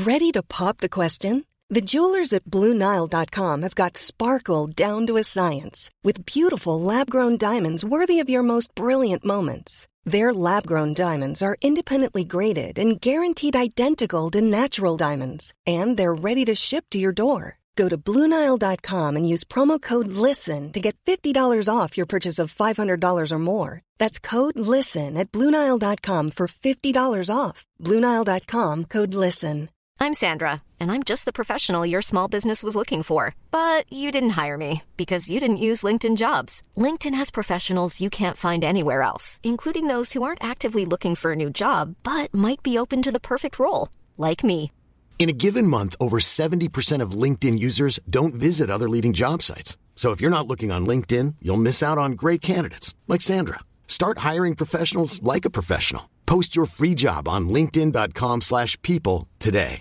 Ready to pop the question? The jewelers at BlueNile.com have got sparkle down to a science with beautiful lab-grown diamonds worthy of your most brilliant moments. Their lab-grown diamonds are independently graded and guaranteed identical to natural diamonds, and they're ready to ship to your door. Go to BlueNile.com and use promo code LISTEN to get $50 off your purchase of $500 or more. That's code LISTEN at BlueNile.com for $50 off. BlueNile.com, code LISTEN. I'm Sandra, and I'm just the professional your small business was looking for. But you didn't hire me because you didn't use LinkedIn Jobs. LinkedIn has professionals you can't find anywhere else, including those who aren't actively looking for a new job, but might be open to the perfect role, like me. In a given month, over 70% of LinkedIn users don't visit other leading job sites. So if you're not looking on LinkedIn, you'll miss out on great candidates like Sandra. Start hiring professionals like a professional. Post your free job on linkedin.com/people today.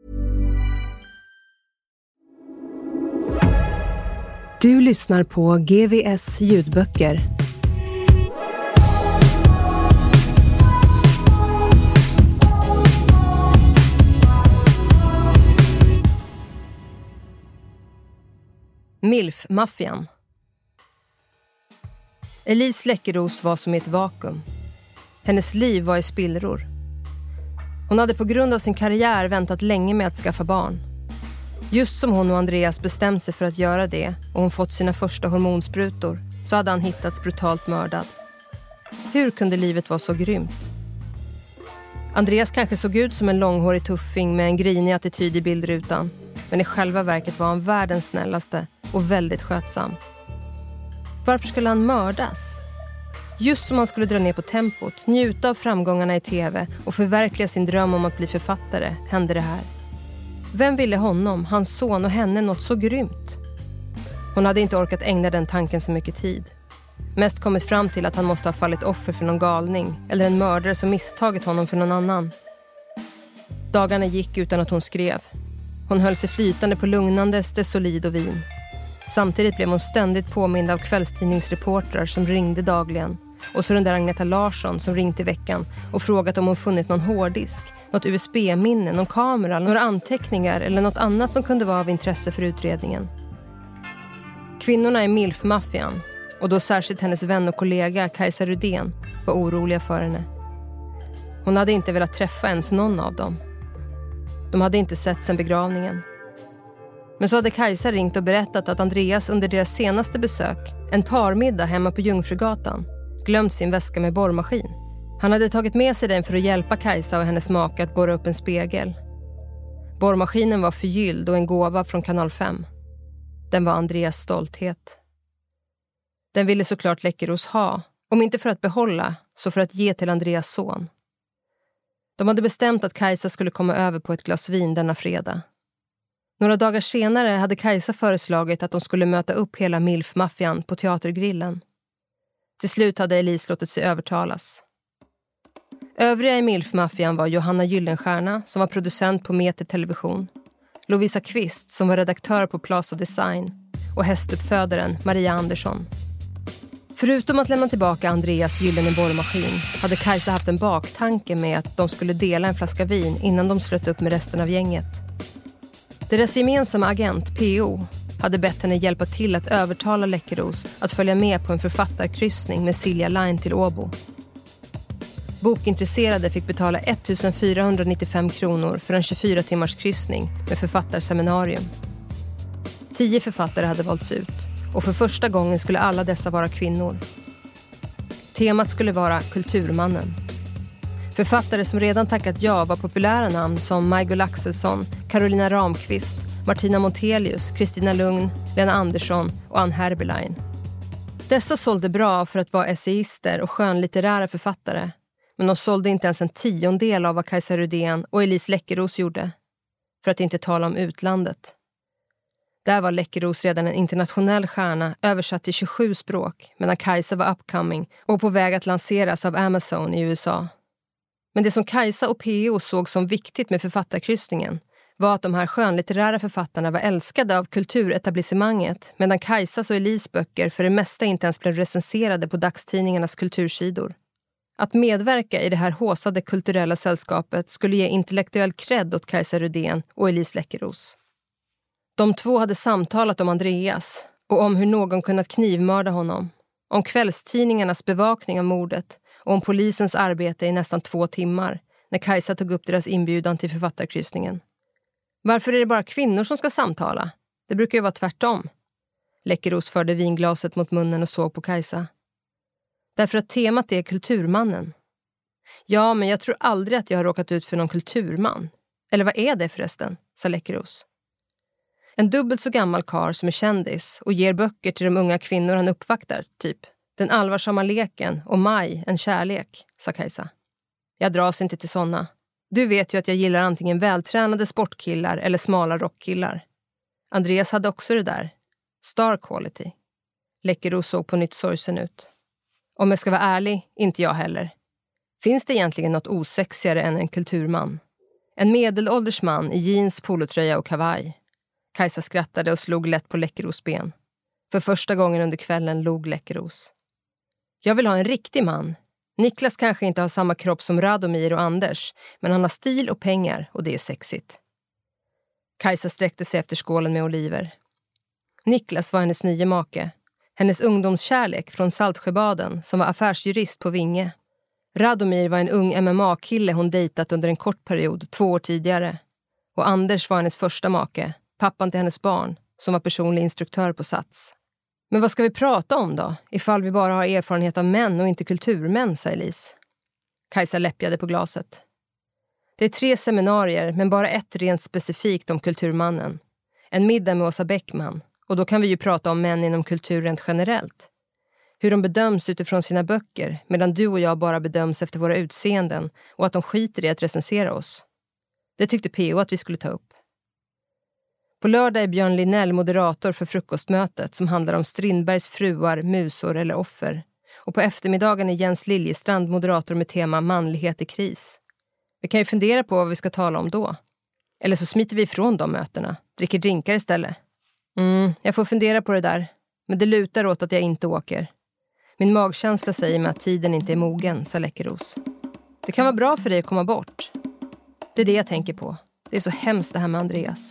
Du lyssnar på GVS ljudböcker. Milf-maffian. Elise Läckeros var som i ett vakuum. Hennes liv var i spillror. Hon hade på grund av sin karriär väntat länge med att skaffa barn. Just som hon och Andreas bestämt sig för att göra det och hon fått sina första hormonsprutor, så hade han hittats brutalt mördad. Hur kunde livet vara så grymt? Andreas kanske såg ut som en långhårig tuffing med en grinig attityd i bildrutan, men i själva verket var han världens snällaste och väldigt skötsam. Varför skulle han mördas? Just som han skulle dra ner på tempot, njuta av framgångarna i tv och förverkliga sin dröm om att bli författare, hände det här. Vem ville honom, hans son och henne något så grymt? Hon hade inte orkat ägna den tanken så mycket tid. Mest kommit fram till att han måste ha fallit offer för någon galning eller en mördare som misstagit honom för någon annan. Dagarna gick utan att hon skrev. Hon höll sig flytande på lugnande, Stesolid och vin. Samtidigt blev hon ständigt påmind av kvällstidningsreportrar som ringde dagligen. Och så den där Agneta Larsson som ringt i veckan och frågat om hon funnit någon hårddisk, något USB-minne, någon kamera, några anteckningar eller något annat som kunde vara av intresse för utredningen. Kvinnorna i Milf-maffian, och då särskilt hennes vän och kollega Kajsa Rudén, var oroliga för henne. Hon hade inte velat träffa ens någon av dem. De hade inte sett sen begravningen. Men så hade Kajsa ringt och berättat att Andreas under deras senaste besök, en parmiddag hemma på Jungfrugatan, glömt sin väska med borrmaskin. Han hade tagit med sig den för att hjälpa Kajsa och hennes make att borra upp en spegel. Borrmaskinen var förgylld och en gåva från Kanal 5. Den var Andreas stolthet. Den ville såklart Läckeros ha, om inte för att behålla, så för att ge till Andreas son. De hade bestämt att Kajsa skulle komma över på ett glas vin denna fredag. Några dagar senare hade Kajsa föreslagit att de skulle möta upp hela Milf-maffian på Teatergrillen. Till slut hade Elise låtit sig övertalas. Övriga i Milf-maffian var Johanna Gyllenstierna som var producent på Meter Television, Lovisa Kvist som var redaktör på Plaza Design och hästuppfödaren Maria Andersson. Förutom att lämna tillbaka Andreas gyllene borrmaskin hade Kajsa haft en baktanke med att de skulle dela en flaska vin innan de slöt upp med resten av gänget. Deras gemensamma agent, PO, hade bett henne hjälpa till att övertala Läckeros att följa med på en författarkryssning med Silja Line till Åbo. Bokintresserade fick betala 1495 kronor för en 24-timmars kryssning med författarseminarium. 10 författare hade valts ut och för första gången skulle alla dessa vara kvinnor. Temat skulle vara Kulturmannen. Författare som redan tackat ja var populära namn som Maj-Gull Axelsson, Carolina Ramqvist, Martina Montelius, Kristina Lugn, Lena Andersson och Ann Herbelein. Dessa sålde bra för att vara essayister och skönlitterära författare, men de sålde inte ens en 10% av vad Kajsa Rudén och Elise Läckeros gjorde, för att inte tala om utlandet. Där var Läckeros redan en internationell stjärna översatt till 27 språk, medan Kajsa var upcoming och på väg att lanseras av Amazon i USA. Men det som Kajsa och PO såg som viktigt med författarkryssningen var att de här skönlitterära författarna var älskade av kulturetablissemanget, medan Kajsas och Elis böcker för det mesta inte ens blev recenserade på dagstidningarnas kultursidor. Att medverka i det här håsade kulturella sällskapet skulle ge intellektuell cred åt Kajsa Rydén och Elise Läckeros. De två hade samtalat om Andreas och om hur någon kunnat knivmörda honom, om kvällstidningarnas bevakning av mordet och om polisens arbete i nästan 2 timmar när Kajsa tog upp deras inbjudan till författarkryssningen. Varför är det bara kvinnor som ska samtala? Det brukar ju vara tvärtom. Läckeros förde vinglaset mot munnen och såg på Kajsa. Därför att temat är kulturmannen. Ja, men jag tror aldrig att jag har råkat ut för någon kulturman. Eller vad är det förresten, sa Läckeros. En dubbelt så gammal karl som är kändis och ger böcker till de unga kvinnor han uppvaktar, typ Den allvarsamma leken och Maj, en kärlek, sa Kajsa. Jag dras inte till såna. Du vet ju att jag gillar antingen vältränade sportkillar eller smala rockkillar. Andreas hade också det där. Star quality. Läckeros såg på nytt sorgsen ut. Om jag ska vara ärlig, inte jag heller. Finns det egentligen något osexigare än en kulturman? En medelålders man i jeans, polotröja och kavaj. Kajsa skrattade och slog lätt på Läckeros ben. För första gången under kvällen log Läckeros. Jag vill ha en riktig man. Niklas kanske inte har samma kropp som Radomir och Anders, men han har stil och pengar och det är sexigt. Kajsa sträckte sig efter skålen med oliver. Niklas var hennes nya make. Hennes ungdomskärlek från Saltsjöbaden som var affärsjurist på Vinge. Radomir var en ung MMA-kille hon dejtat under en kort period 2 år tidigare. Och Anders var hennes första make, pappan till hennes barn, som var personlig instruktör på Sats. Men vad ska vi prata om då, ifall vi bara har erfarenhet av män och inte kulturmän, sa Elise. Kajsa läppjade på glaset. Det är 3 seminarier, men bara ett rent specifikt om kulturmannen. En middag med Åsa Bäckman, och då kan vi ju prata om män inom kultur rent generellt. Hur de bedöms utifrån sina böcker, medan du och jag bara bedöms efter våra utseenden och att de skiter i att recensera oss. Det tyckte P.O. att vi skulle ta upp. På lördag är Björn Linell moderator för frukostmötet som handlar om Strindbergs fruar, musor eller offer. Och på eftermiddagen är Jens Liljestrand moderator med tema manlighet i kris. Vi kan ju fundera på vad vi ska tala om då. Eller så smiter vi ifrån de mötena. Dricker drinkar istället. Jag får fundera på det där. Men det lutar åt att jag inte åker. Min magkänsla säger mig att tiden inte är mogen, sa Läckeros. Det kan vara bra för dig att komma bort. Det är det jag tänker på. Det är så hemskt det här med Andreas.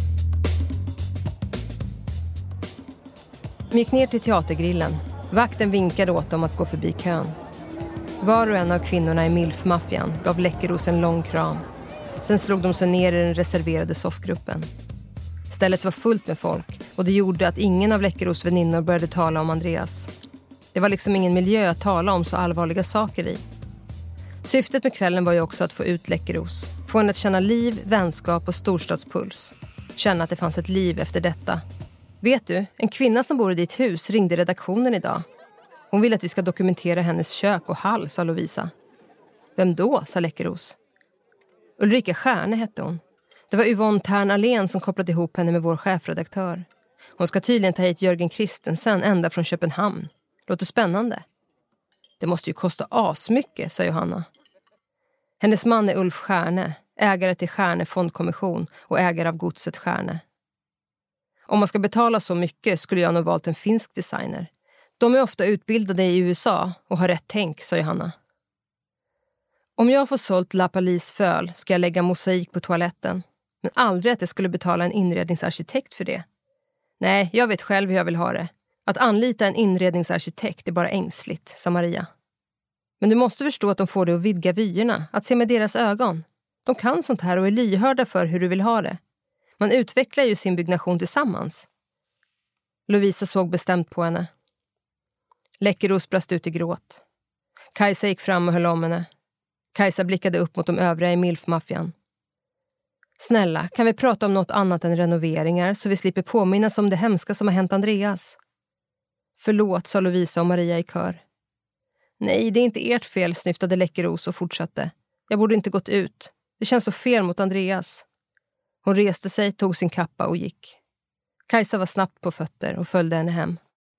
De gick ner till teatergrillen. Vakten vinkade åt dem att gå förbi kön. Var och en av kvinnorna i MILF-maffian gav Läckeros en lång kram. Sen slog de sig ner i den reserverade soffgruppen. Stället var fullt med folk och det gjorde att ingen av Läckeros väninnor började tala om Andreas. Det var liksom ingen miljö att tala om så allvarliga saker i. Syftet med kvällen var ju också att få ut Läckeros. Få henne att känna liv, vänskap och storstadspuls. Känna att det fanns ett liv efter detta. Vet du, en kvinna som bor i ditt hus ringde redaktionen idag. Hon vill att vi ska dokumentera hennes kök och hall, sa Lovisa. Vem då, sa Läckeros. Ulrika Stjärne hette hon. Det var Yvonne Tern-Alén som kopplade ihop henne med vår chefredaktör. Hon ska tydligen ta hit Jörgen Kristensen ända från Köpenhamn. Låter spännande. Det måste ju kosta asmycket, sa Johanna. Hennes man är Ulf Stjärne, ägare till Stjärne fondkommission och ägare av godset Stjärne. Om man ska betala så mycket skulle jag nog valt en finsk designer. De är ofta utbildade i USA och har rätt tänk, sa Johanna. Om jag får sålt La Palisse föl ska jag lägga mosaik på toaletten. Men aldrig att jag skulle betala en inredningsarkitekt för det. Nej, jag vet själv hur jag vill ha det. Att anlita en inredningsarkitekt är bara ängsligt, sa Maria. Men du måste förstå att de får det att vidga vyerna, att se med deras ögon. De kan sånt här och är lyhörda för hur du vill ha det. Man utvecklar ju sin byggnation tillsammans. Lovisa såg bestämt på henne. Läckeros brast ut i gråt. Kajsa gick fram och höll om henne. Kajsa blickade upp mot de övriga i MILF-maffian. Snälla, kan vi prata om något annat än renoveringar så vi slipper påminnas om det hemska som har hänt Andreas? Förlåt, sa Lovisa och Maria i kör. Nej, det är inte ert fel, snyftade Läckeros och fortsatte. Jag borde inte gått ut. Det känns så fel mot Andreas. Hon reste sig, tog sin kappa och gick. Kajsa var snabbt på fötter och följde henne hem.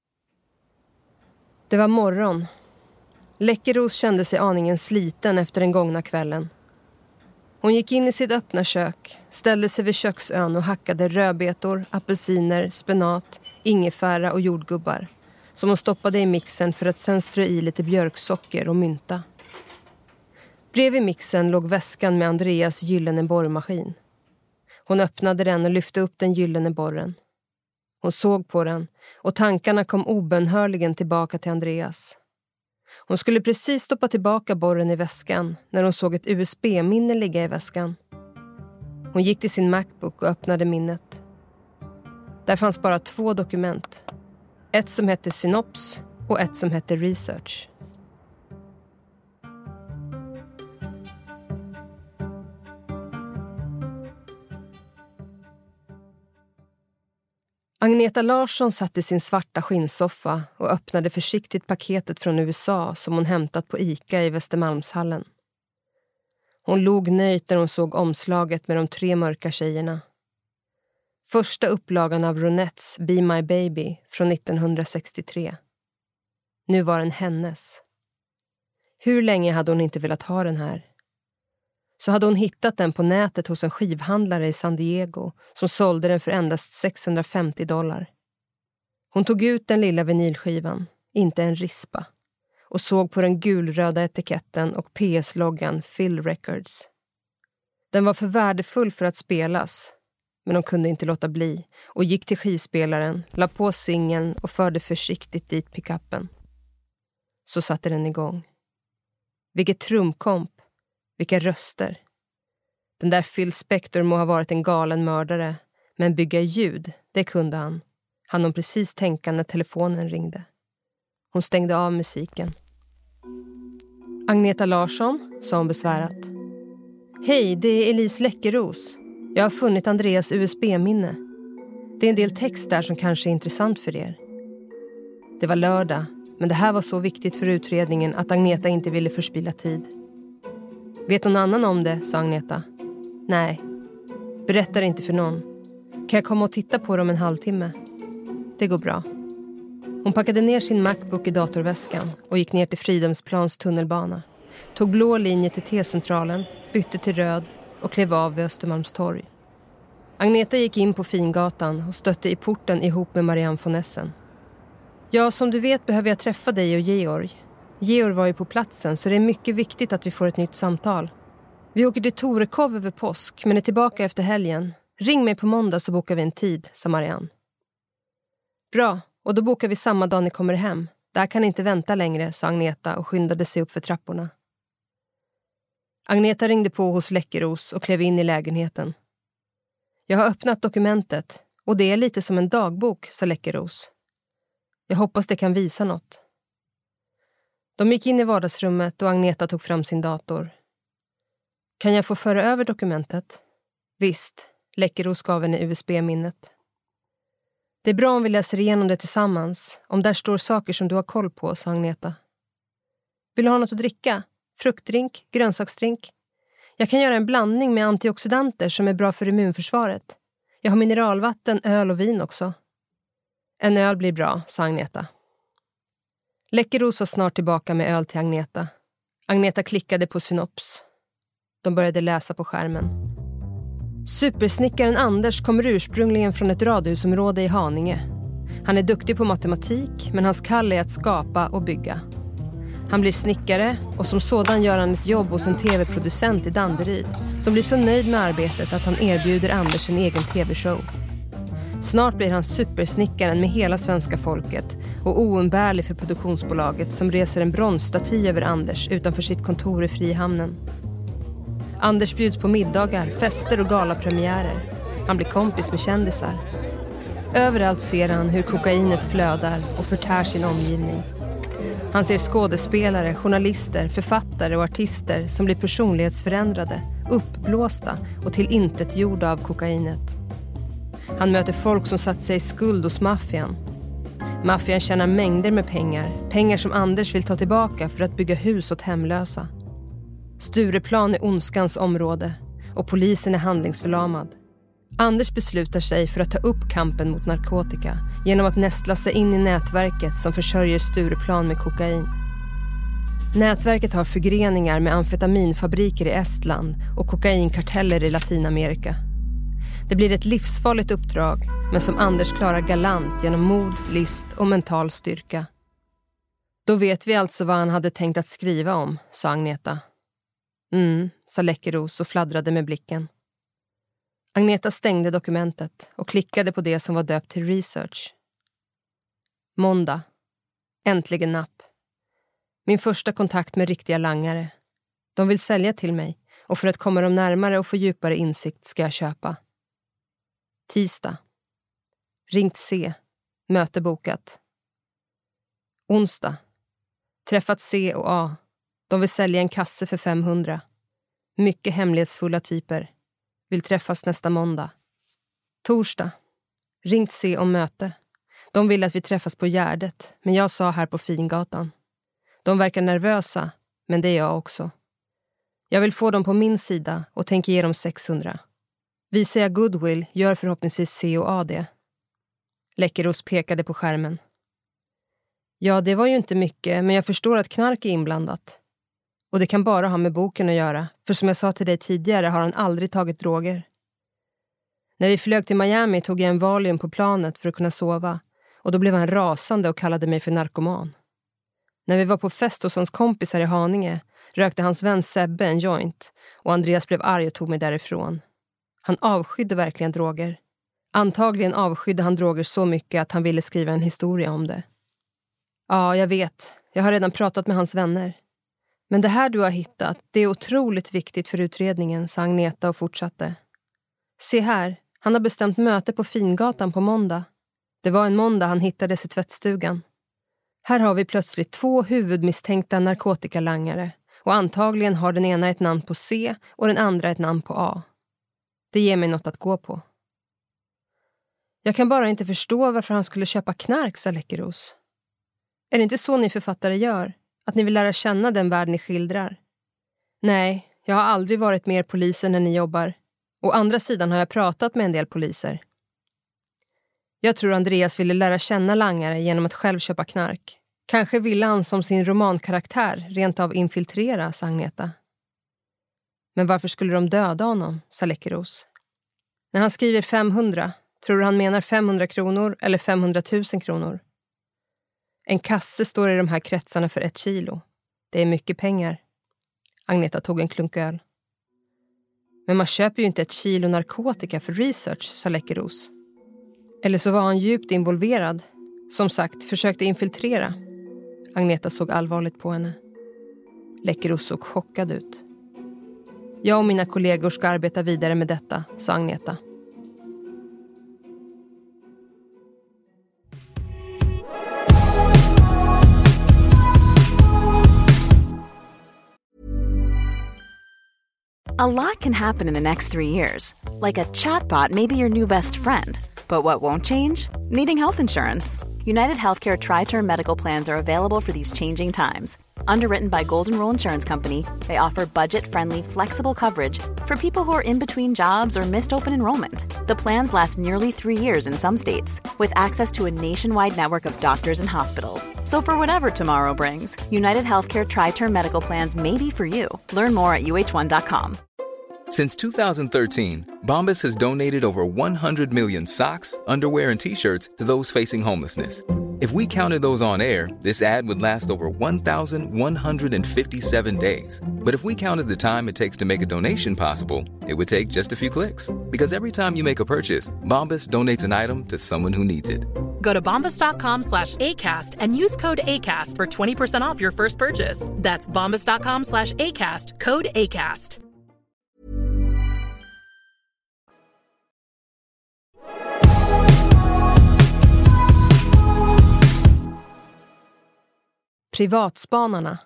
Det var morgon. Läckeros kände sig aningen sliten efter den gångna kvällen. Hon gick in i sitt öppna kök, ställde sig vid köksön och hackade rödbetor, apelsiner, spenat, ingefära och jordgubbar som hon stoppade i mixen för att sen strö i lite björksocker och mynta. Bredvid mixen låg väskan med Andreas gyllene borrmaskin. Hon öppnade den och lyfte upp den gyllene borren. Hon såg på den och tankarna kom obönhörligen tillbaka till Andreas. Hon skulle precis stoppa tillbaka borren i väskan när hon såg ett USB-minne ligga i väskan. Hon gick till sin MacBook och öppnade minnet. Där fanns bara 2 dokument. Ett som hette Synops och ett som hette Research. Agneta Larsson satt i sin svarta skinnsoffa och öppnade försiktigt paketet från USA som hon hämtat på ICA i Västermalmshallen. Hon log nöjt när hon såg omslaget med de 3 mörka tjejerna. Första upplagan av Ronettes Be My Baby från 1963. Nu var den hennes. Hur länge hade hon inte velat ha den här? Så hade hon hittat den på nätet hos en skivhandlare i San Diego som sålde den för endast $650. Hon tog ut den lilla vinylskivan, inte en rispa, och såg på den gulröda etiketten och PS-loggan Phil Records. Den var för värdefull för att spelas, men hon kunde inte låta bli och gick till skivspelaren, la på singeln och förde försiktigt dit pickuppen. Så satte den igång. Vilket trumkomp, vilka röster. Den där Phil Spector må ha varit en galen mördare, men bygga ljud, det kunde han. Han precis tänka när telefonen ringde. Hon stängde av musiken. Agneta Larsson, sa hon besvärat. Hej, det är Elise Läckeros. Jag har funnit Andreas USB-minne. Det är en del text där som kanske är intressant för er. Det var lördag, men det här var så viktigt för utredningen att Agneta inte ville förspilla tid. Vet någon annan om det, sa Agneta. Nej, berättar inte för någon. Kan jag komma och titta på dem en halvtimme? Det går bra. Hon packade ner sin MacBook i datorväskan och gick ner till Fridhemsplans tunnelbana. Tog blå linje till T-centralen, bytte till röd och klev av vid Östermalmstorg. Agneta gick in på Fingatan och stötte i porten ihop med Marianne von Essen. Ja, som du vet behöver jag träffa dig och Georg. Georg var ju på platsen så det är mycket viktigt att vi får ett nytt samtal. Vi åker till Torekov över påsk men är tillbaka efter helgen. Ring mig på måndag så bokar vi en tid, sa Marianne. Bra, och då bokar vi samma dag ni kommer hem. Där kan ni inte vänta längre, sa Agneta och skyndade sig upp för trapporna. Agneta ringde på hos Läckeros och klev in i lägenheten. Jag har öppnat dokumentet och det är lite som en dagbok, sa Läckeros. Jag hoppas det kan visa något. De gick in i vardagsrummet och Agneta tog fram sin dator. Kan jag få föra över dokumentet? Visst, Läckeros gav henne USB-minnet. Det är bra om vi läser igenom det tillsammans, om där står saker som du har koll på, sa Agneta. Vill du ha något att dricka? Fruktdrink, grönsaksdrink? Jag kan göra en blandning med antioxidanter som är bra för immunförsvaret. Jag har mineralvatten, öl och vin också. En öl blir bra, sa Agneta. Läckeros var snart tillbaka med öl till Agneta. Agneta klickade på Synops. De började läsa på skärmen. Supersnickaren Anders kommer ursprungligen från ett radhusområde i Haninge. Han är duktig på matematik, men hans kall är att skapa och bygga. Han blir snickare och som sådan gör han ett jobb hos en tv-producent i Danderyd som blir så nöjd med arbetet att han erbjuder Anders en egen tv-show. Snart blir han supersnickaren med hela svenska folket och oumbärlig för produktionsbolaget som reser en bronsstaty över Anders utanför sitt kontor i Frihamnen. Anders bjuds på middagar, fester och galapremiärer. Han blir kompis med kändisar. Överallt ser han hur kokainet flödar och förtär sin omgivning. Han ser skådespelare, journalister, författare och artister som blir personlighetsförändrade, uppblåsta och till intet gjorda av kokainet. Han möter folk som satt sig i skuld hos maffian. Maffian tjänar mängder med pengar, pengar som Anders vill ta tillbaka för att bygga hus åt hemlösa. Stureplan är ondskans område och polisen är handlingsförlamad. Anders beslutar sig för att ta upp kampen mot narkotika genom att nästla sig in i nätverket som försörjer Stureplan med kokain. Nätverket har förgreningar med amfetaminfabriker i Estland och kokainkarteller i Latinamerika. Det blir ett livsfarligt uppdrag, men som Anders klarar galant genom mod, list och mental styrka. Då vet vi alltså vad han hade tänkt att skriva om, sa Agneta. Sa Läckeros och fladdrade med blicken. Agneta stängde dokumentet och klickade på det som var döpt till research. Måndag. Äntligen napp. Min första kontakt med riktiga langare. De vill sälja till mig och för att komma dem närmare och få djupare insikt ska jag köpa. Tisdag. Ringt C. Möte bokat. Onsdag. Träffat C och A. De vill sälja en kasse för 500. Mycket hemlighetsfulla typer. Vill träffas nästa måndag. Torsdag. Ringt C om möte. De vill att vi träffas på Gärdet, men jag sa här på Fingatan. De verkar nervösa, men det är jag också. Jag vill få dem på min sida och tänker ge dem 600. Visar jag goodwill gör förhoppningsvis C och A det. Läckeros pekade på skärmen. Ja, det var ju inte mycket, men jag förstår att knark är inblandat. Och det kan bara ha med boken att göra, för som jag sa till dig tidigare har han aldrig tagit droger. När vi flög till Miami tog jag en Valium på planet för att kunna sova, och då blev han rasande och kallade mig för narkoman. När vi var på fest hos hans kompisar i Haninge rökte hans vän Sebbe en joint, och Andreas blev arg och tog mig därifrån. Han avskydde verkligen droger. Antagligen avskydde han droger så mycket att han ville skriva en historia om det. Ja, jag vet. Jag har redan pratat med hans vänner. Men det här du har hittat, det är otroligt viktigt för utredningen, sa Agneta och fortsatte. Se här, han har bestämt möte på Fingatan på måndag. Det var en måndag han hittades i tvättstugan. Här har vi plötsligt 2 huvudmisstänkta narkotikalangare och antagligen har den ena ett namn på C och den andra ett namn på A. Det ger mig något att gå på. Jag kan bara inte förstå varför han skulle köpa knark, sa Läckeros. Är det inte så ni författare gör? Att ni vill lära känna den värld ni skildrar? Nej, jag har aldrig varit mer poliser när ni jobbar. Å andra sidan har jag pratat med en del poliser. Jag tror Andreas ville lära känna langare genom att själv köpa knark. Kanske ville han som sin romankaraktär rent av infiltrera, sa Agneta. Men varför skulle de döda honom, sa Läckeros. När han skriver 500, tror du han menar 500 kronor eller 500 000 kronor? En kasse står i de här kretsarna för 1 kilo. Det är mycket pengar. Agneta tog en klunk öl. Men man köper ju inte 1 kilo narkotika för research, sa Läckeros. Eller så var han djupt involverad. Som sagt, försökte infiltrera. Agneta såg allvarligt på henne. Läckeros såg chockad ut. Jag och mina kollegor ska arbeta vidare med detta, sa Agneta. A lot can happen in the next 3 years. Like a chatbot may be your new best friend. But what won't change? Needing health insurance. United Healthcare Tri-Term Medical Plans are available for these changing times. Underwritten by Golden Rule Insurance Company, they offer budget-friendly, flexible coverage for people who are in between jobs or missed open enrollment. The plans last nearly 3 years in some states, with access to a nationwide network of doctors and hospitals. So for whatever tomorrow brings, United Healthcare Tri-Term Medical Plans may be for you. Learn more at uh1.com. Since 2013, Bombas has donated over 100 million socks, underwear, and T-shirts to those facing homelessness. If we counted those on air, this ad would last over 1,157 days. But if we counted the time it takes to make a donation possible, it would take just a few clicks. Because every time you make a purchase, Bombas donates an item to someone who needs it. Go to bombas.com/ACAST and use code ACAST for 20% off your first purchase. That's bombas.com/ACAST, code ACAST. Privatspanarna.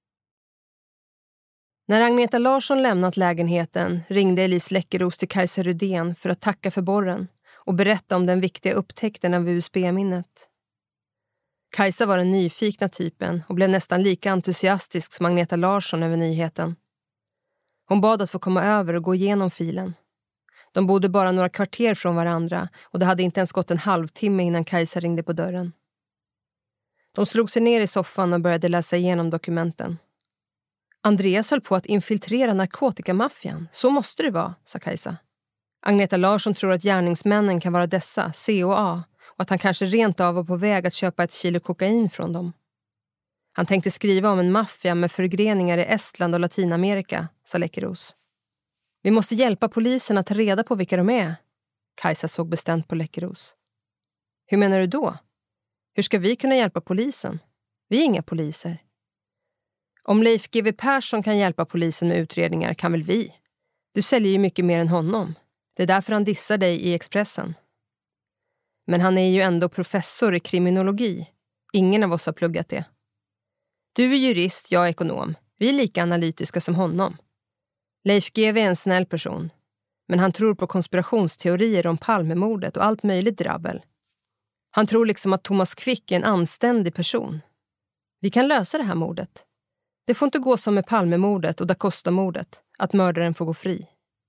När Agneta Larsson lämnat lägenheten ringde Elise Läckeros till Kajsa Rudén för att tacka för borren och berätta om den viktiga upptäckten av USB-minnet. Kajsa var den nyfikna typen och blev nästan lika entusiastisk som Agneta Larsson över nyheten. Hon bad att få komma över och gå igenom filen. De bodde bara några kvarter från varandra och det hade inte ens gått en halvtimme innan Kajsa ringde på dörren. De slog sig ner i soffan och började läsa igenom dokumenten. Andreas höll på att infiltrera narkotikamaffian. Så måste det vara, sa Kajsa. Agneta Larsson tror att gärningsmännen kan vara dessa, C och A, och att han kanske rent av var på väg att köpa 1 kilo kokain från dem. Han tänkte skriva om en maffia med förgreningar i Estland och Latinamerika, sa Läckeros. Vi måste hjälpa polisen att ta reda på vilka de är. Kajsa såg bestämt på Läckeros. Hur menar du då? Hur ska vi kunna hjälpa polisen? Vi är inga poliser. Om Leif GW Persson kan hjälpa polisen med utredningar kan väl vi? Du säljer ju mycket mer än honom. Det är därför han dissar dig i Expressen. Men han är ju ändå professor i kriminologi. Ingen av oss har pluggat det. Du är jurist, jag är ekonom. Vi är lika analytiska som honom. Leif GW är en snäll person. Men han tror på konspirationsteorier om Palmemordet och allt möjligt drabbel. Han tror liksom att Thomas Quick är en anständig person. Vi kan lösa det här mordet. Det får inte gå som med Palmemordet och Da Costa-mordet, att mördaren får gå fri.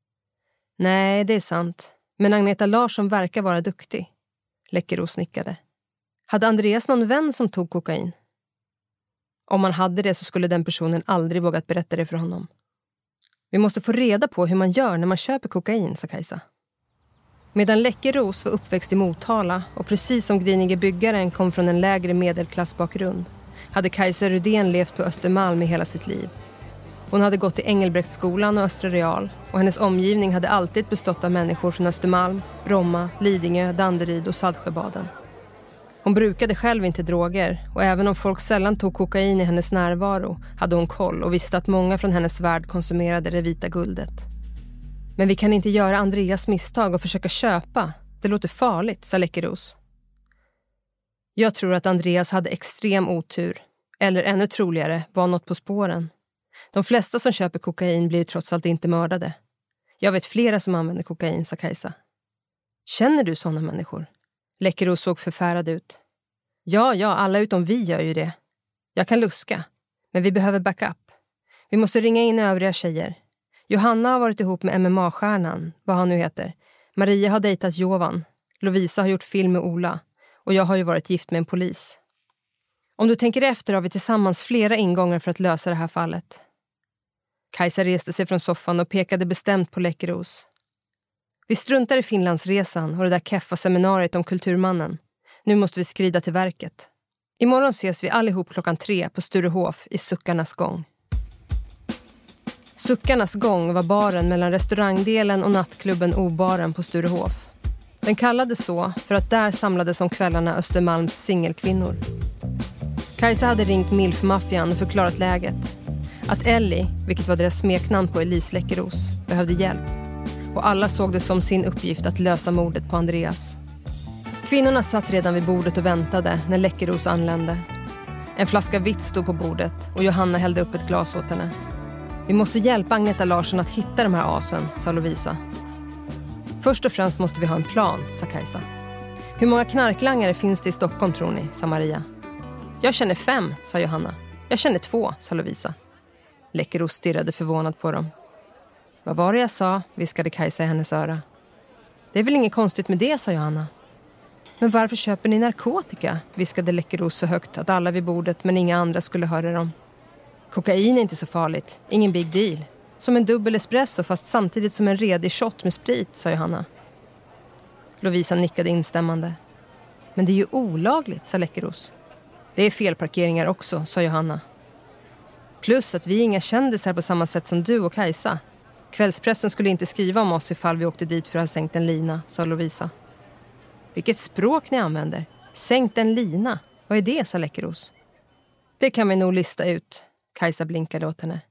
Nej, det är sant. Men Agneta Larsson verkar vara duktig. Läckeros nickade. Hade Andreas någon vän som tog kokain? Om man hade det så skulle den personen aldrig vågat berätta det för honom. Vi måste få reda på hur man gör när man köper kokain, sa Kajsa. Medan Läckeros var uppväxt i Motala och precis som Grinige byggaren kom från en lägre medelklassbakgrund hade Kajsa Rydén levt på Östermalm i hela sitt liv. Hon hade gått i Engelbrektsskolan och Östra Real och hennes omgivning hade alltid bestått av människor från Östermalm, Bromma, Lidingö, Danderyd och Saltsjöbaden. Hon brukade själv inte droger och även om folk sällan tog kokain i hennes närvaro hade hon koll och visste att många från hennes värld konsumerade det vita guldet. Men vi kan inte göra Andreas misstag och försöka köpa. Det låter farligt, sa Läckeros. Jag tror att Andreas hade extrem otur. Eller ännu troligare var något på spåren. De flesta som köper kokain blir trots allt inte mördade. Jag vet flera som använder kokain, sa Kajsa. Känner du sådana människor? Läckeros såg förfärad ut. Ja, alla utom vi gör ju det. Jag kan luska. Men vi behöver backup. Vi måste ringa in övriga tjejer. Johanna har varit ihop med MMA-stjärnan, vad han nu heter. Maria har dejtat Jovan. Lovisa har gjort film med Ola. Och jag har ju varit gift med en polis. Om du tänker efter har vi tillsammans flera ingångar för att lösa det här fallet. Kajsa reste sig från soffan och pekade bestämt på Läckeros. Vi struntar i Finlandsresan och det där keffa seminariet om kulturmannen. Nu måste vi skrida till verket. Imorgon ses vi allihop 3:00 på Sturehof i Suckarnas gång. Suckarnas gång var baren mellan restaurangdelen och nattklubben O-baren på Sturehof. Den kallades så för att där samlades om kvällarna Östermalms singelkvinnor. Kajsa hade ringt Milf-maffian och förklarat läget. Att Ellie, vilket var deras smeknamn på Elise Läckeros, behövde hjälp. Och alla såg det som sin uppgift att lösa mordet på Andreas. Kvinnorna satt redan vid bordet och väntade när Läckeros anlände. En flaska vitt stod på bordet och Johanna hällde upp ett glas åt henne. Vi måste hjälpa Agneta Larsson att hitta de här asen, sa Lovisa. Först och främst måste vi ha en plan, sa Kajsa. Hur många knarklangare finns det i Stockholm tror ni, sa Maria. Jag känner 5, sa Johanna. Jag känner 2, sa Lovisa. Läckeros stirrade förvånad på dem. Vad var det jag sa, viskade Kajsa i hennes öra. Det är väl inget konstigt med det, sa Johanna. Men varför köper ni narkotika, viskade Läckeros så högt att alla vid bordet men inga andra skulle höra dem. Kokain är inte så farligt, ingen big deal. Som en dubbel espresso fast samtidigt som en redig shot med sprit, sa Johanna. Lovisa nickade instämmande. Men det är ju olagligt, sa Läckeros. Det är felparkeringar också, sa Johanna. Plus att vi är inga kändisar på samma sätt som du och Kajsa. Kvällspressen skulle inte skriva om oss ifall vi åkte dit för att ha sänkt en lina, sa Lovisa. Vilket språk ni använder. Sänkt en lina. Vad är det, sa Läckeros. Det kan vi nog lista ut. Kajsa blinkade åt henne.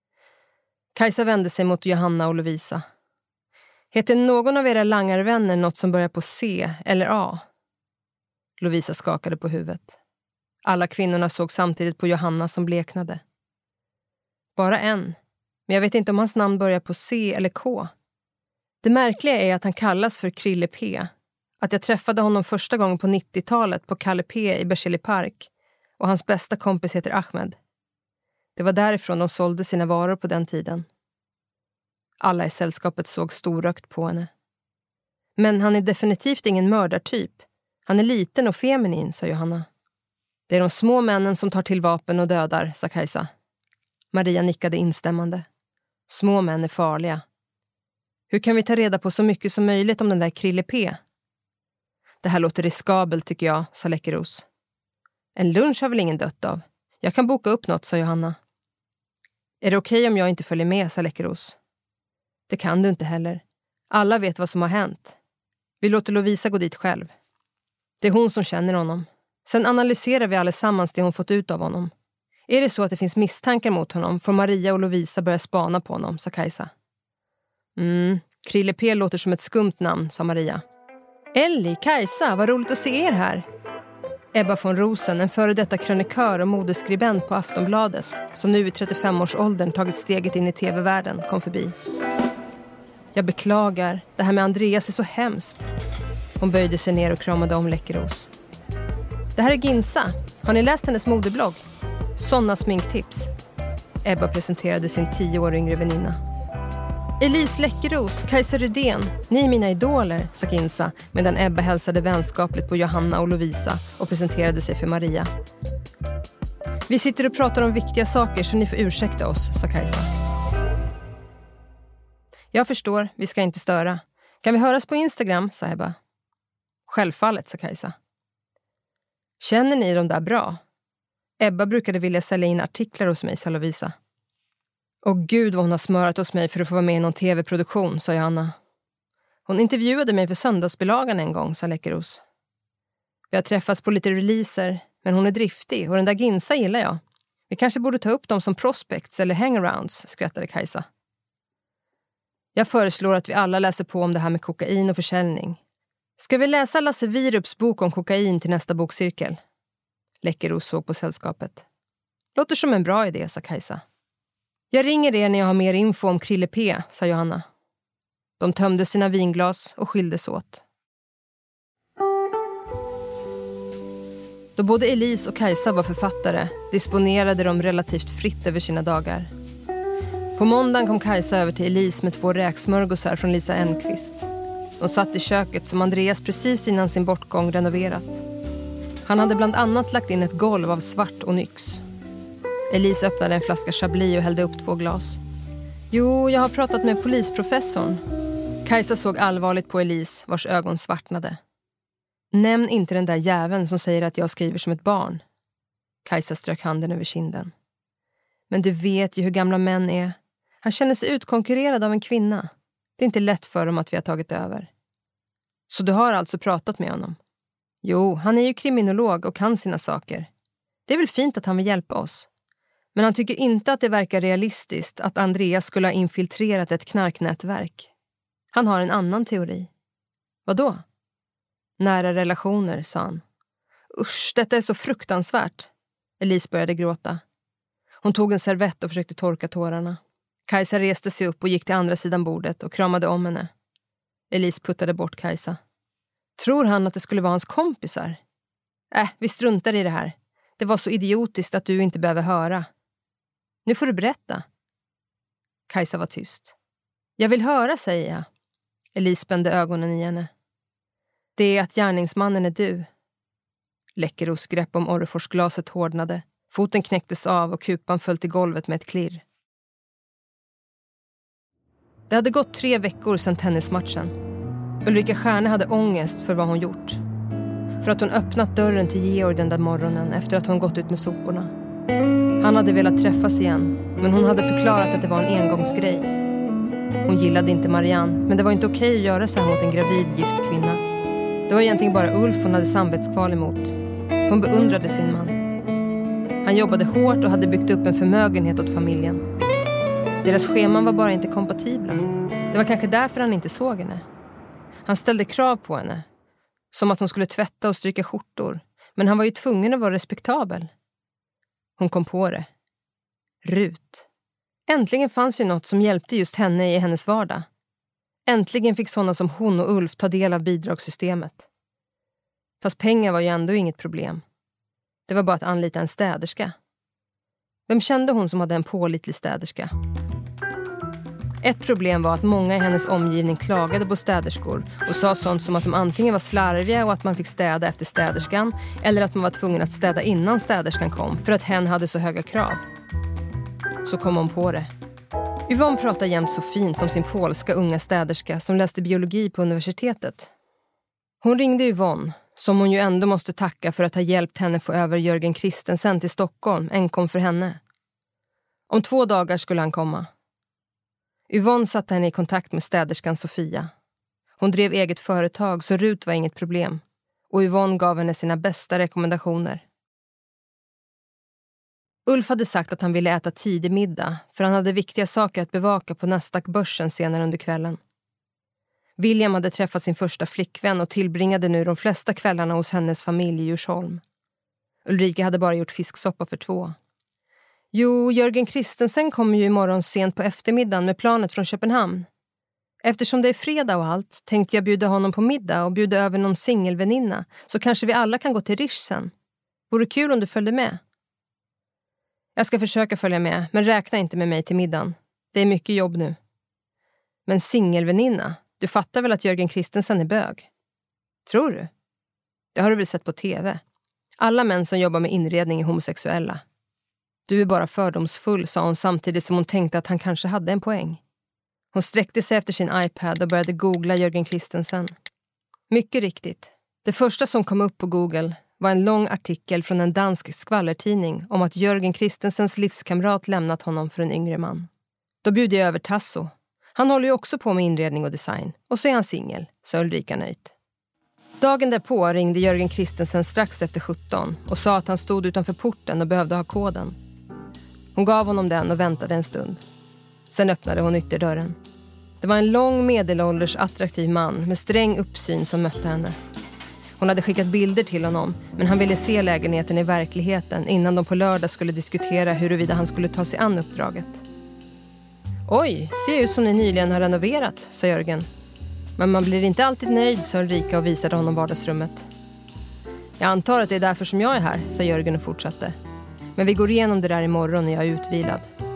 Kajsa vände sig mot Johanna och Lovisa. Heter någon av era langarvänner något som börjar på C eller A? Lovisa skakade på huvudet. Alla kvinnorna såg samtidigt på Johanna som bleknade. Bara en. Men jag vet inte om hans namn börjar på C eller K. Det märkliga är att han kallas för Krille P. Att jag träffade honom första gången på 90-talet på Kalle P i Berzelii park. Och hans bästa kompis heter Ahmed. Det var därifrån de sålde sina varor på den tiden. Alla i sällskapet såg storrökt på henne. Men han är definitivt ingen mördartyp. Han är liten och feminin, sa Johanna. Det är de små männen som tar till vapen och dödar, sa Kajsa. Maria nickade instämmande. Små män är farliga. Hur kan vi ta reda på så mycket som möjligt om den där Krille P? Det här låter riskabelt tycker jag, sa Läckeros. En lunch har väl ingen dött av? Jag kan boka upp något, sa Johanna. Är det okej om jag inte följer med, sa Läckeros. Det kan du inte heller. Alla vet vad som har hänt. Vi låter Lovisa gå dit själv. Det är hon som känner honom. Sen analyserar vi allesammans det hon fått ut av honom. Är det så att det finns misstankar mot honom får Maria och Lovisa börja spana på honom, sa Kajsa. Krille P låter som ett skumt namn, sa Maria. Ellie, Kajsa, vad roligt att se er här. Ebba von Rosen, en före detta krönikör och modeskribent på Aftonbladet, som nu i 35-årsåldern tagit steget in i tv-världen, kom förbi. Jag beklagar, det här med Andreas är så hemskt. Hon böjde sig ner och kramade om Läckeros. Det här är Ginsa. Har ni läst hennes modeblogg? Såna sminktips. Ebba presenterade sin 10 år yngre väninna. Elise Läckeros, Kajsa Rydén, ni är mina idoler, sa Ginsa, medan Ebba hälsade vänskapligt på Johanna och Lovisa och presenterade sig för Maria. Vi sitter och pratar om viktiga saker så ni får ursäkta oss, sa Kajsa. Jag förstår, vi ska inte störa. Kan vi höras på Instagram, sa Ebba. Självfallet, sa Kajsa. Känner ni dem där bra? Ebba brukade vilja sälja in artiklar hos mig, sa Lovisa. Åh gud vad hon har smörat hos mig för att få vara med i någon tv-produktion, sa Johanna. Hon intervjuade mig för söndagsbilagan en gång, sa Läckeros. Vi har träffats på lite releaser, men hon är driftig och den där Ginsa gillar jag. Vi kanske borde ta upp dem som prospects eller hangarounds, skrattade Kajsa. Jag föreslår att vi alla läser på om det här med kokain och försäljning. Ska vi läsa Lasse Virups bok om kokain till nästa bokcirkel? Läckeros såg på sällskapet. Låter som en bra idé, sa Kajsa. Jag ringer er när jag har mer info om Krille P, sa Johanna. De tömde sina vinglas och skildes åt. Då både Elise och Kajsa var författare disponerade de relativt fritt över sina dagar. På måndagen kom Kajsa över till Elise med 2 räksmörgåsar från Lisa Enqvist. De satt i köket som Andreas precis innan sin bortgång renoverat. Han hade bland annat lagt in ett golv av svart onyx. Elise öppnade en flaska Chablis och hällde upp 2 glas. Jo, jag har pratat med polisprofessorn. Kajsa såg allvarligt på Elise, vars ögon svartnade. Nämn inte den där jäveln som säger att jag skriver som ett barn. Kajsa strök handen över kinden. Men du vet ju hur gamla män är. Han känner sig utkonkurrerad av en kvinna. Det är inte lätt för dem att vi har tagit över. Så du har alltså pratat med honom? Jo, han är ju kriminolog och kan sina saker. Det är väl fint att han vill hjälpa oss. Men han tycker inte att det verkar realistiskt att Andreas skulle ha infiltrerat ett knarknätverk. Han har en annan teori. Vadå? Nära relationer, sa han. Usch, detta är så fruktansvärt. Elise började gråta. Hon tog en servett och försökte torka tårarna. Kajsa reste sig upp och gick till andra sidan bordet och kramade om henne. Elise puttade bort Kajsa. Tror han att det skulle vara hans kompisar? Vi struntar i det här. Det var så idiotiskt att du inte behöver höra. Nu får du berätta. Kajsa var tyst. Jag vill höra, säger jag. Elise spände ögonen i henne. Det är att gärningsmannen är du. Läckeros grepp om Orreforsglaset hårdnade. Foten knäcktes av och kupan föll till golvet med ett klirr. Det hade gått 3 veckor sedan tennismatchen. Ulrika Stjärne hade ångest för vad hon gjort. För att hon öppnat dörren till Georg den där morgonen efter att hon gått ut med soporna. Han hade velat träffas igen, men hon hade förklarat att det var en engångsgrej. Hon gillade inte Marianne, men det var inte okej att göra så här mot en gravid gift kvinna. Det var egentligen bara Ulf hon hade samvetskval emot. Hon beundrade sin man. Han jobbade hårt och hade byggt upp en förmögenhet åt familjen. Deras scheman var bara inte kompatibla. Det var kanske därför han inte såg henne. Han ställde krav på henne. Som att hon skulle tvätta och stryka skjortor. Men han var ju tvungen att vara respektabel. Hon kom på det. Rut. Äntligen fanns ju något som hjälpte just henne i hennes vardag. Äntligen fick sådana som hon och Ulf ta del av bidragssystemet. Fast pengar var ju ändå inget problem. Det var bara att anlita en städerska. Vem kände hon som hade en pålitlig städerska? Ett problem var att många i hennes omgivning klagade på städerskor och sa sånt som att de antingen var slarviga och att man fick städa efter städerskan eller att man var tvungen att städa innan städerskan kom för att hen hade så höga krav. Så kom hon på det. Yvonne pratade jämt så fint om sin polska unga städerska som läste biologi på universitetet. Hon ringde Yvonne, som hon ju ändå måste tacka för att ha hjälpt henne få över Jörgen Christensen till Stockholm, enkom för henne. Om 2 dagar skulle han komma. Yvonne satte henne i kontakt med städerskan Sofia. Hon drev eget företag så Rut var inget problem. Och Yvonne gav henne sina bästa rekommendationer. Ulf hade sagt att han ville äta tidig middag för han hade viktiga saker att bevaka på Nasdaq-börsen senare under kvällen. William hade träffat sin första flickvän och tillbringade nu de flesta kvällarna hos hennes familj i Djursholm. Ulrika hade bara gjort fisksoppa för 2. Jo, Jörgen Christensen kommer ju imorgon sent på eftermiddagen med planet från Köpenhamn. Eftersom det är fredag och allt tänkte jag bjuda honom på middag och bjuda över någon singelväninna så kanske vi alla kan gå till Rish sen. Vore kul om du följde med. Jag ska försöka följa med, men räkna inte med mig till middagen. Det är mycket jobb nu. Men singelväninna, du fattar väl att Jörgen Christensen är bög? Tror du? Det har du väl sett på tv. Alla män som jobbar med inredning är homosexuella. Du är bara fördomsfull, sa hon samtidigt som hon tänkte att han kanske hade en poäng. Hon sträckte sig efter sin iPad och började googla Jörgen Christensen. Mycket riktigt. Det första som kom upp på Google var en lång artikel från en dansk skvallertidning om att Jörgen Christensens livskamrat lämnat honom för en yngre man. Då bjuder jag över Tasso. Han håller ju också på med inredning och design. Och så är han singel, sa Ulrika nöjt. Dagen därpå ringde Jörgen Christensen strax efter 17 och sa att han stod utanför porten och behövde ha koden. Hon gav honom den och väntade en stund. Sen öppnade hon ytterdörren. Det var en lång medelålders attraktiv man med sträng uppsyn som mötte henne. Hon hade skickat bilder till honom, men han ville se lägenheten i verkligheten innan de på lördag skulle diskutera huruvida han skulle ta sig an uppdraget. Oj, ser ut som ni nyligen har renoverat, sa Jörgen. Men man blir inte alltid nöjd, sa Ulrika och visade honom vardagsrummet. Jag antar att det är därför som jag är här, sa Jörgen och fortsatte. Men vi går igenom det där imorgon när jag är utvilad.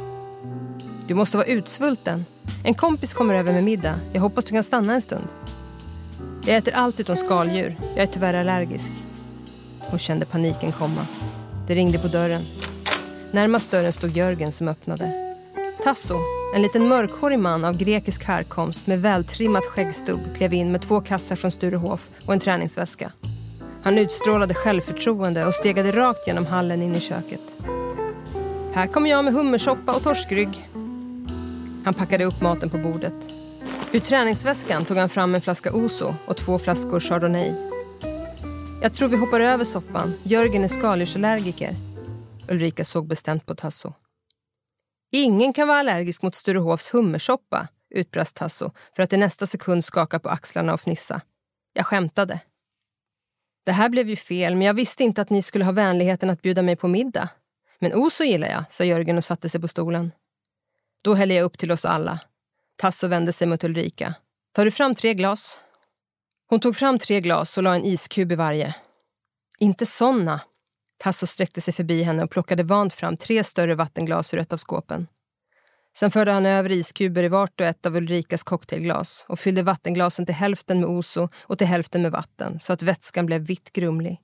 Du måste vara utsvulten. En kompis kommer över med middag. Jag hoppas du kan stanna en stund. Jag äter allt utom skaldjur. Jag är tyvärr allergisk. Hon kände paniken komma. Det ringde på dörren. Närmast dörren stod Jörgen som öppnade. Tasso, en liten mörkhårig man av grekisk härkomst med vältrimmat skäggstubb, klev in med 2 kassar från Sturehof och en träningsväska. Han utstrålade självförtroende och stegade rakt genom hallen in i köket. Här kommer jag med hummersoppa och torskrygg. Han packade upp maten på bordet. Ur träningsväskan tog han fram en flaska Oso och 2 flaskor Chardonnay. Jag tror vi hoppar över soppan. Jörgen är skaldjursallergiker. Ulrika såg bestämt på Tasso. Ingen kan vara allergisk mot Sturehofs hummersoppa, utbrast Tasso för att i nästa sekund skaka på axlarna och fnissa. Jag skämtade. Det här blev ju fel, men jag visste inte att ni skulle ha vänligheten att bjuda mig på middag. Men Oso gillar jag, sa Jörgen och satte sig på stolen. Då häller jag upp till oss alla. Tasso vände sig mot Ulrika. Tar du fram 3 glas? Hon tog fram 3 glas och la en iskub i varje. Inte såna. Tasso sträckte sig förbi henne och plockade vant fram 3 större vattenglas ur ett av skåpen. Sen förde han över iskuber i vart och ett av Ulrikas cocktailglas och fyllde vattenglasen till hälften med Oso och till hälften med vatten så att vätskan blev vitt grumlig.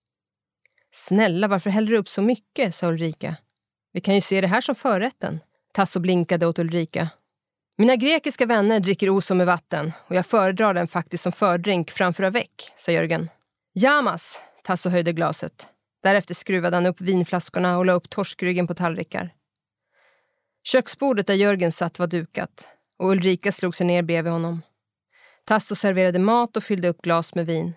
Snälla, varför häller du upp så mycket, sa Ulrika. Vi kan ju se det här som förrätten. Tasso blinkade åt Ulrika. Mina grekiska vänner dricker Oso med vatten och jag föredrar den faktiskt som fördrink framför avec, sa Jörgen. Jamas, Tasso höjde glaset. Därefter skruvade han upp vinflaskorna och la upp torskryggen på tallrikar. Köksbordet där Jörgen satt var dukat och Ulrika slog sig ner bredvid honom. Tasso serverade mat och fyllde upp glas med vin.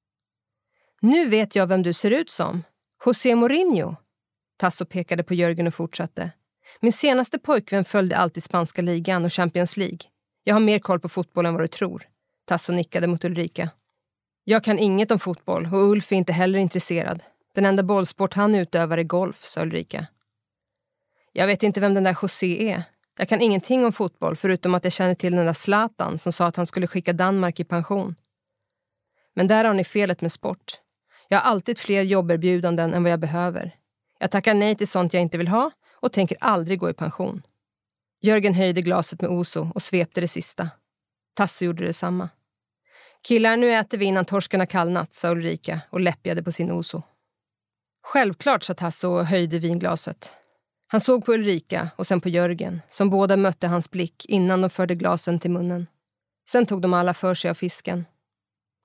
Nu vet jag vem du ser ut som. José Mourinho. Tasso pekade på Jörgen och fortsatte. Min senaste pojkvän följde alltid spanska ligan och Champions League. Jag har mer koll på fotboll än vad du tror. Tasso nickade mot Ulrika. Jag kan inget om fotboll och Ulf är inte heller intresserad. Den enda bollsport han utövar är golf, sa Ulrika. Jag vet inte vem den där José är. Jag kan ingenting om fotboll förutom att jag känner till den där Zlatan som sa att han skulle skicka Danmark i pension. Men där har ni felet med sport. Jag har alltid fler jobberbjudanden än vad jag behöver. Jag tackar nej till sånt jag inte vill ha och tänker aldrig gå i pension. Jörgen höjde glaset med Oso och svepte det sista. Tasso gjorde detsamma. Killar, nu äter vi innan torskarna kallnat, sa Ulrika och läppjade på sin Oso. Självklart, sa Tasso och höjde vinglaset. Han såg på Ulrika och sen på Jörgen, som båda mötte hans blick innan de förde glasen till munnen. Sen tog de alla för sig av fisken.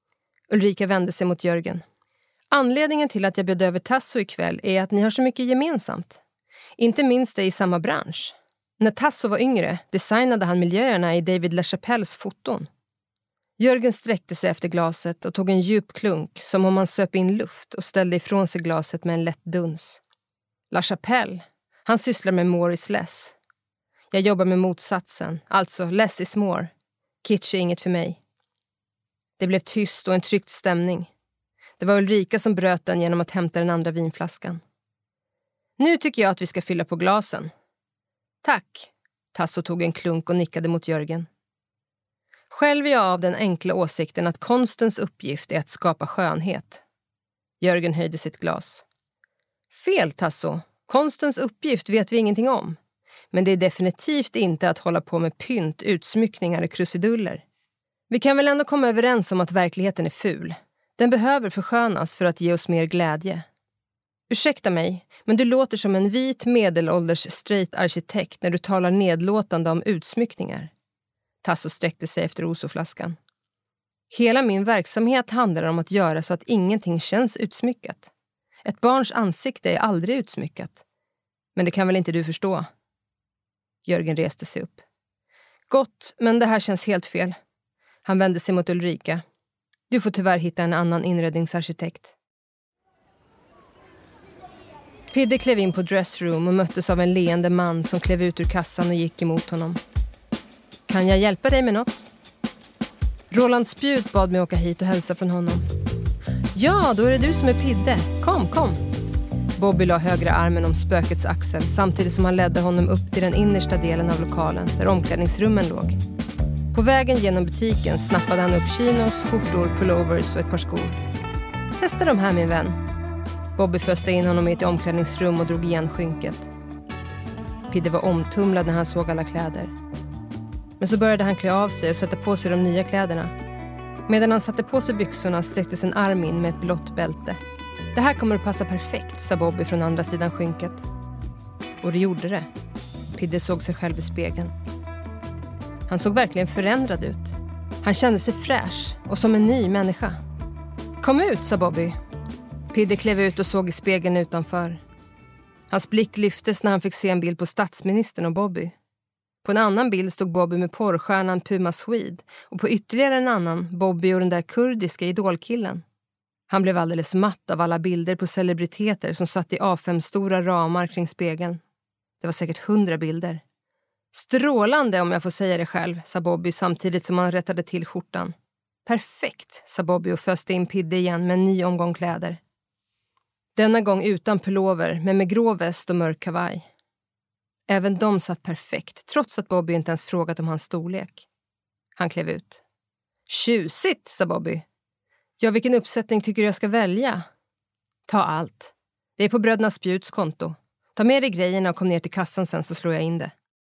Ulrika vände sig mot Jörgen. Anledningen till att jag bjöd över Tasso ikväll är att ni har så mycket gemensamt. Inte minst det i samma bransch. När Tasso var yngre designade han miljöerna i David LaChapelles foton. Jörgen sträckte sig efter glaset och tog en djup klunk som om han söp in luft och ställde ifrån sig glaset med en lätt duns. LaChapelle, han sysslar med more is less. Jag jobbar med motsatsen, alltså less is more. Kitsch är inget för mig. Det blev tyst och en tryckt stämning. Det var Ulrika som bröt den genom att hämta den andra vinflaskan. Nu tycker jag att vi ska fylla på glasen. Tack. Tasso tog en klunk och nickade mot Jörgen. Själv är jag av den enkla åsikten att konstens uppgift är att skapa skönhet. Jörgen höjde sitt glas. Fel, Tasso. Konstens uppgift vet vi ingenting om. Men det är definitivt inte att hålla på med pynt, utsmyckningar och krusiduller. Vi kan väl ändå komma överens om att verkligheten är ful. Den behöver förskönas för att ge oss mer glädje. Ursäkta mig, men du låter som en vit medelålders straight arkitekt när du talar nedlåtande om utsmyckningar. Tasso sträckte sig efter osoflaskan. Hela min verksamhet handlar om att göra så att ingenting känns utsmyckat. Ett barns ansikte är aldrig utsmyckat. Men det kan väl inte du förstå? Jörgen reste sig upp. Gott, men det här känns helt fel. Han vände sig mot Ulrika. Du får tyvärr hitta en annan inredningsarkitekt. Pidde klev in på dressroom och möttes av en leende man som klev ut ur kassan och gick emot honom. Kan jag hjälpa dig med något? Roland Spjut bad mig åka hit och hälsa från honom. Ja, då är det du som är Pidde. Kom. Bobby la högra armen om spökets axel samtidigt som han ledde honom upp till den innersta delen av lokalen där omklädningsrummen låg. På vägen genom butiken snappade han upp chinos, skjortor, pullovers och ett par skor. Testa de här, min vän. Bobby föste in honom i ett omklädningsrum och drog igen skynket. Pidde var omtumlad när han såg alla kläder. Men så började han klä av sig och sätta på sig de nya kläderna. Medan han satte på sig byxorna sträcktes en arm in med ett blått bälte. Det här kommer att passa perfekt, sa Bobby från andra sidan skynket. Och det gjorde det. Pidde såg sig själv i spegeln. Han såg verkligen förändrad ut. Han kände sig fräsch och som en ny människa. Kom ut, sa Bobby. Pidde klev ut och såg i spegeln utanför. Hans blick lyftes när han fick se en bild på statsministern och Bobby. På en annan bild stod Bobby med porrstjärnan Puma Swede och på ytterligare en annan Bobby och den där kurdiska idolkillen. Han blev alldeles matt av alla bilder på celebriteter som satt i A5-stora ramar kring spegeln. Det var säkert 100 bilder. Strålande om jag får säga det själv, sa Bobby samtidigt som han rättade till skjortan. Perfekt, sa Bobby och föste in Pidde igen med en ny omgång kläder. Denna gång utan pullover men med grå väst och mörk kavaj. Även de satt perfekt, trots att Bobby inte ens frågat om hans storlek. Han klev ut. Tjusigt, sa Bobby. Ja, vilken uppsättning tycker du jag ska välja? Ta allt. Det är på bröderna Spjuts konto. Ta med dig grejerna och kom ner till kassan sen så slår jag in det.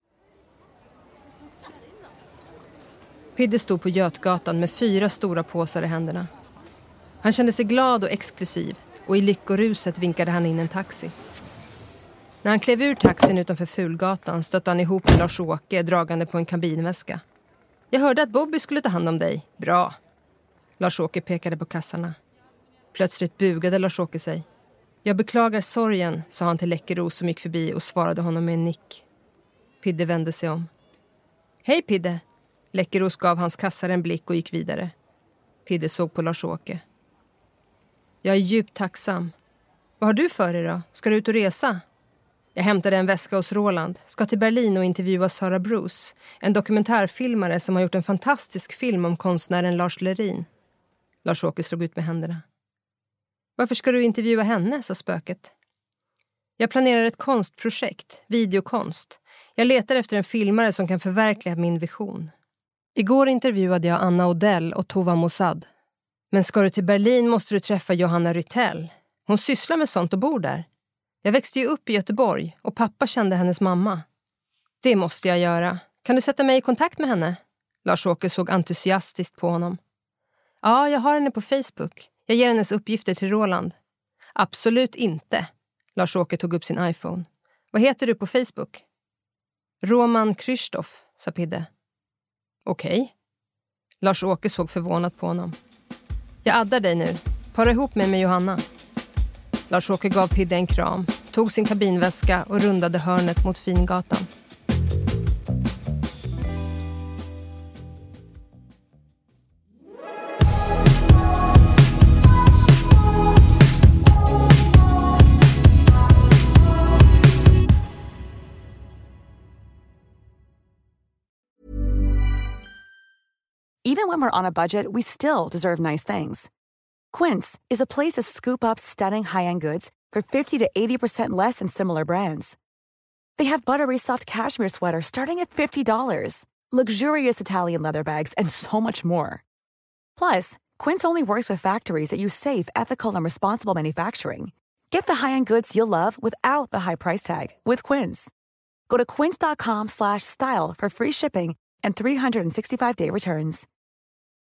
Pidde stod på Götgatan med 4 stora påsar i händerna. Han kände sig glad och exklusiv och i lyckoruset vinkade han in en taxi. När han klev ur taxin utanför Fulgatan stötte han ihop med Lars-Åke dragande på en kabinväska. Jag hörde att Bobby skulle ta hand om dig. Bra. Lars-Åke pekade på kassarna. Plötsligt bugade Lars-Åke sig. Jag beklagar sorgen, sa han till Läckeros som gick förbi och svarade honom med en nick. Pidde vände sig om. Hej Pidde. Läckeros gav hans kassare en blick och gick vidare. Pidde såg på Lars-Åke. Jag är djupt tacksam. Vad har du för dig då? Ska du ut och resa? Jag hämtade en väska hos Roland. Ska till Berlin och intervjua Sara Bruce. En dokumentärfilmare som har gjort en fantastisk film om konstnären Lars Lerin. Lars-Åke slog ut med händerna. Varför ska du intervjua henne, sa spöket. Jag planerar ett konstprojekt, videokonst. Jag letar efter en filmare som kan förverkliga min vision. Igår intervjuade jag Anna Odell och Tova Mossad. Men ska du till Berlin måste du träffa Johanna Rytell. Hon sysslar med sånt och bor där. Jag växte ju upp i Göteborg och pappa kände hennes mamma. Det måste jag göra. Kan du sätta mig i kontakt med henne? Lars-Åke såg entusiastiskt på honom. Ja, jag har henne på Facebook. Jag ger hennes uppgifter till Roland. Absolut inte. Lars-Åke tog upp sin iPhone. Vad heter du på Facebook? Roman Krzysztof, sa Pidde. Okej. Lars-Åke såg förvånat på honom. Jag addar dig nu. Para ihop mig med Johanna. Lars-Åke gav Pidde en kram, tog sin kabinväska och rundade hörnet mot Fingatan. Even when we're on a budget, we still deserve nice things. Quince is a place to scoop up stunning high-end goods for 50 to 80% less than similar brands. They have buttery soft cashmere sweaters starting at $50, luxurious Italian leather bags, and so much more. Plus, Quince only works with factories that use safe, ethical, and responsible manufacturing. Get the high-end goods you'll love without the high price tag with Quince. Go to quince.com/style for free shipping and 365-day returns.